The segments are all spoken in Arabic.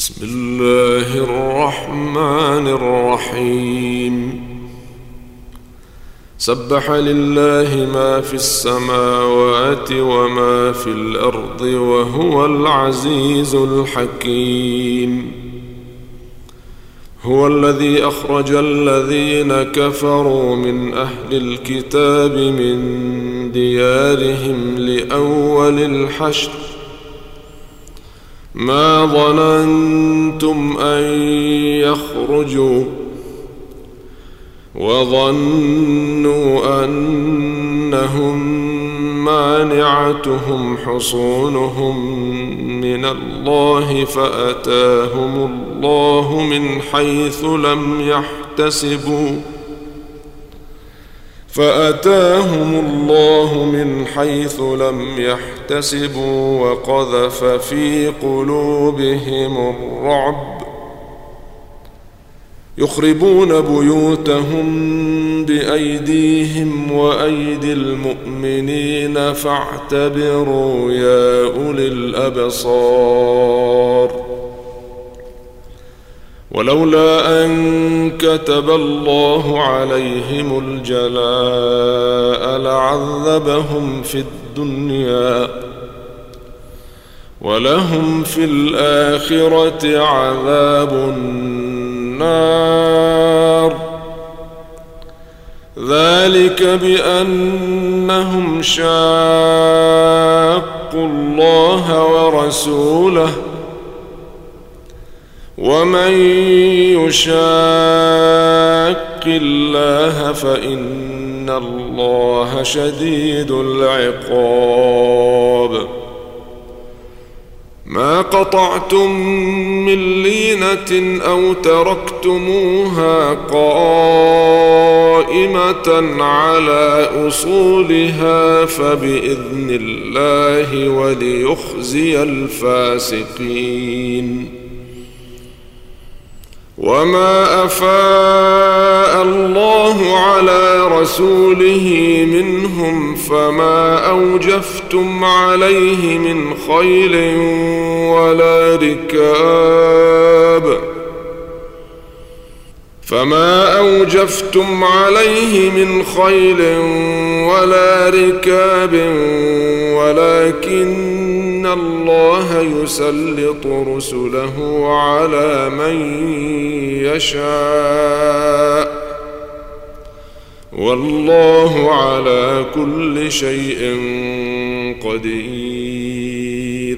بسم الله الرحمن الرحيم. سبح لله ما في السماوات وما في الأرض وهو العزيز الحكيم. هو الذي أخرج الذين كفروا من أهل الكتاب من ديارهم لأول الحشر ما ظننتم أن يخرجوا وظنوا أنهم مانعتهم حصونهم من الله فأتاهم الله من حيث لم يحتسبوا وقذف في قلوبهم الرعب يخربون بيوتهم بأيديهم وأيدي المؤمنين فاعتبروا يا أولي الأبصار. ولولا أن كتب الله عليهم الجلاء لعذبهم في الدنيا ولهم في الآخرة عذاب النار. ذلك بأنهم شاقوا الله ورسوله ومن يشاق الله فإن الله شديد العقاب. ما قطعتم من لينة أو تركتموها قائمة على أصولها فبإذن الله وليخزي الفاسقين. وما أفاء الله على رسوله منهم فما أوجفتم عليه من خيل ولا ركاب ولكن الله يسلط رسله على من يشاء والله على كل شيء قدير.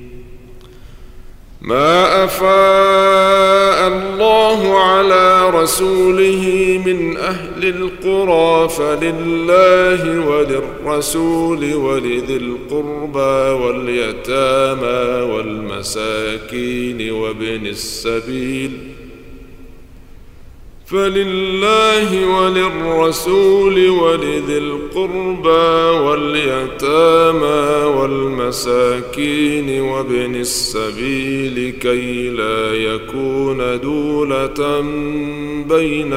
ما أفاء الله على رسوله من أهل القرى فلله وللرسول ولذي القربى واليتامى والمساكين وابن السبيل كي لا يكون دولة بين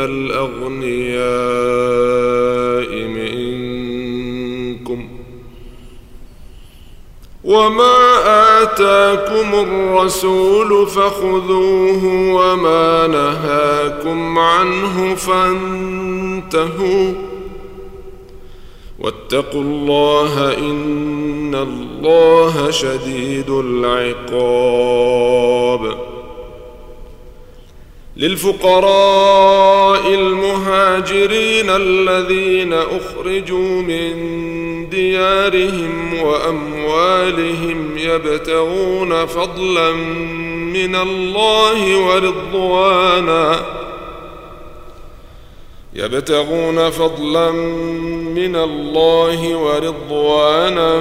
الأغنياء منكم. وما آتاكم الرسول فخذوه وما نهاكم عنه فانتهوا واتقوا الله إن الله شديد العقاب. للفقراء المهاجرين الذين أخرجوا من ديارهم وأموالهم يبتغون فضلا من الله ورضوانا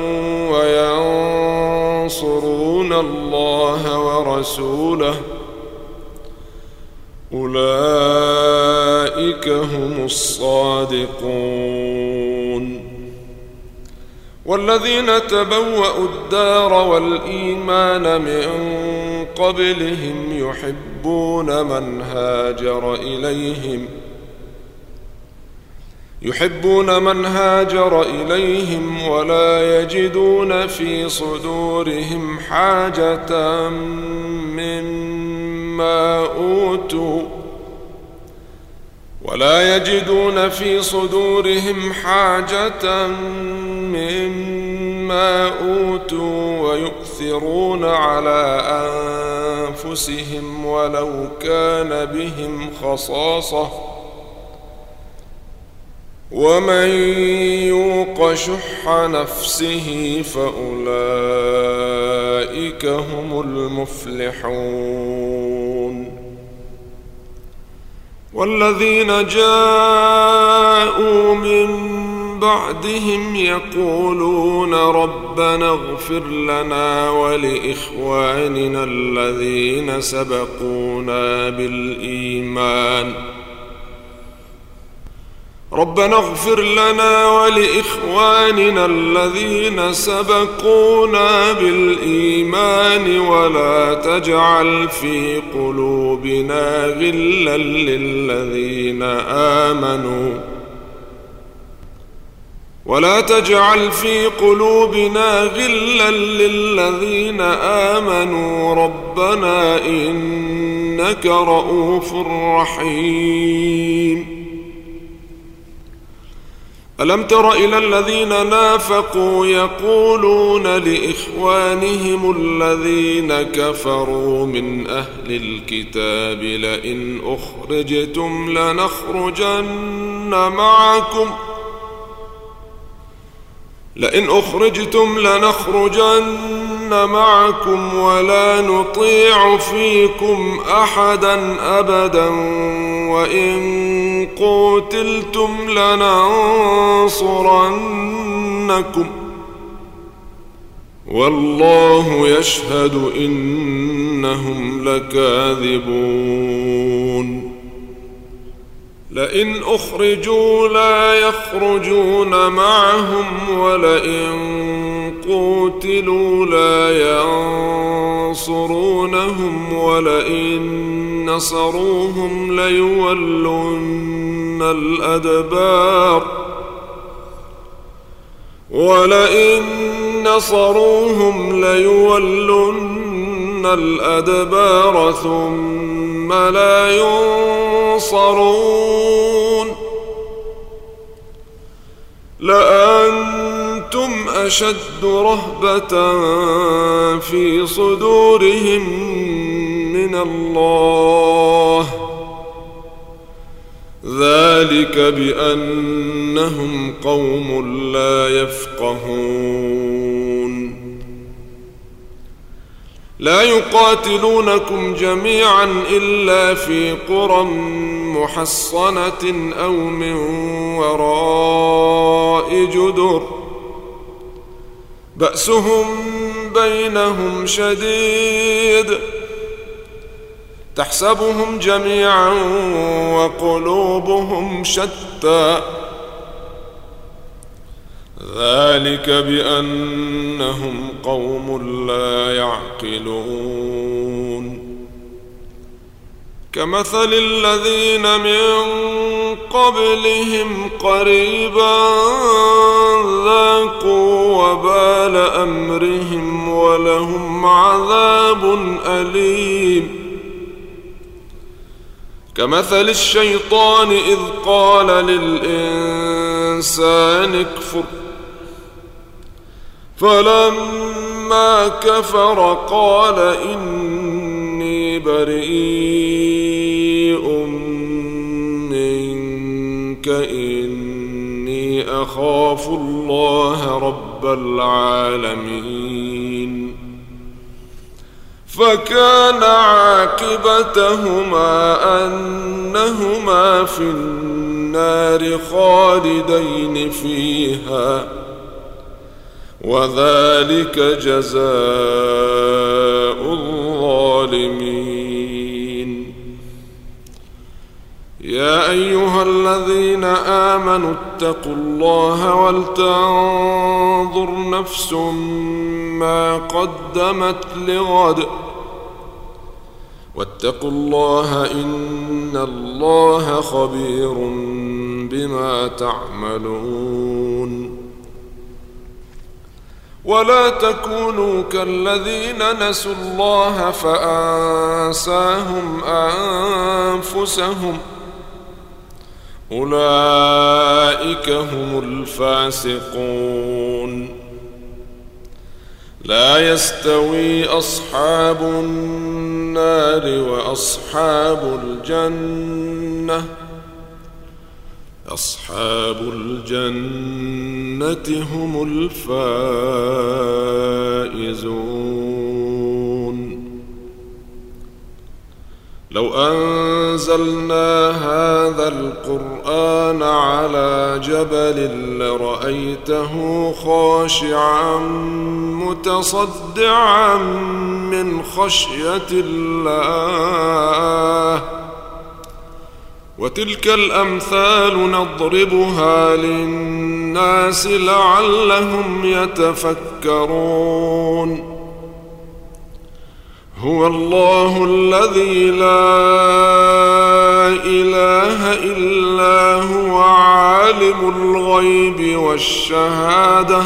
وينصرون الله ورسوله أولئك هم الصادقون. والذين تبوأوا الدار والإيمان من قبلهم يحبون من هاجر إليهم يحبون من هاجر إليهم ولا يجدون في صدورهم حاجة مما أوتوا ويؤثرون على أنفسهم ولو كان بهم خصاصة ومن يوق شح نفسه فأولئك هم المفلحون. والذين جاءوا من بعدهم يقولون ربنا اغفر لنا ولإخواننا الذين سبقونا بالإيمان ولا تجعل في قلوبنا غلا للذين آمنوا ربنا إنك رؤوف رحيم. ألم تر إلى الذين نافقوا يقولون لإخوانهم الذين كفروا من أهل الكتاب لئن أخرجتم لنخرجن معكم ولا نطيع فيكم أحدا أبدا وإن قوتلتم لننصرنكم والله يشهد إنهم لكاذبون. لئن أخرجوا لا يخرجون معهم ولئن قوتلوا لا ينصرونهم ولئن نصروهم ليولن الأدبار ثم لا ينصرون. لأنتم أشد رهبة في صدورهم من الله ذلك بأنهم قوم لا يفقهون. لا يقاتلونكم جميعا إلا في قرى محصنة أو من وراء جدر بأسهم بينهم شديد تحسبهم جميعا وقلوبهم شتى ذلك بأنهم قوم لا يعقلون. كمثل الذين من قبلهم قريبا ذاقوا وبال أمرهم ولهم عذاب أليم. كمثل الشيطان إذ قال للإنسان اكفر فلما كفر قال إني بريء منك إني أخاف الله رب العالمين. فكان عاقبتهما أنهما في النار خالدين فيها وذلك جزاء الظالمين. يا أيها الذين آمنوا اتقوا الله ولتنظر نفس ما قدمت لغد واتقوا الله إن الله خبير بما تعملون ولا تكونوا كالذين نسوا الله فأنساهم أنفسهم أولئك هم الفاسقون لا يستوي أصحاب النار وأصحاب الجنة أصحاب الجنة هم الفائزون لو أنزلنا هذا القرآن على جبل لرأيته خاشعا متصدعا من خشية الله وتلك الأمثال نضربها للناس لعلهم يتفكرون هو الله الذي لا إله إلا هو عالم الغيب والشهادة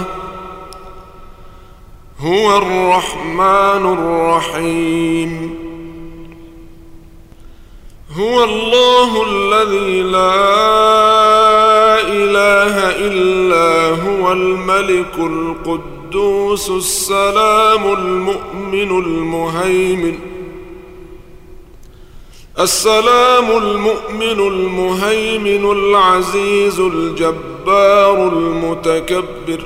هو الرحمن الرحيم هو الله الذي لا إله إلا هو الملك القدوس السلام المؤمن المهيمن العزيز الجبار المتكبر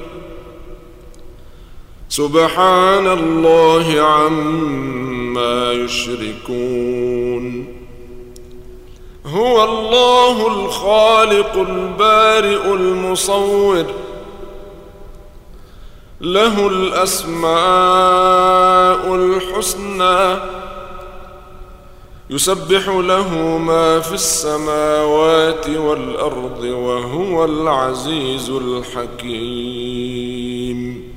سبحان الله عما يشركون هو الله الخالق البارئ المصور له الأسماء الحسنى يسبح له ما في السماوات والأرض وهو العزيز الحكيم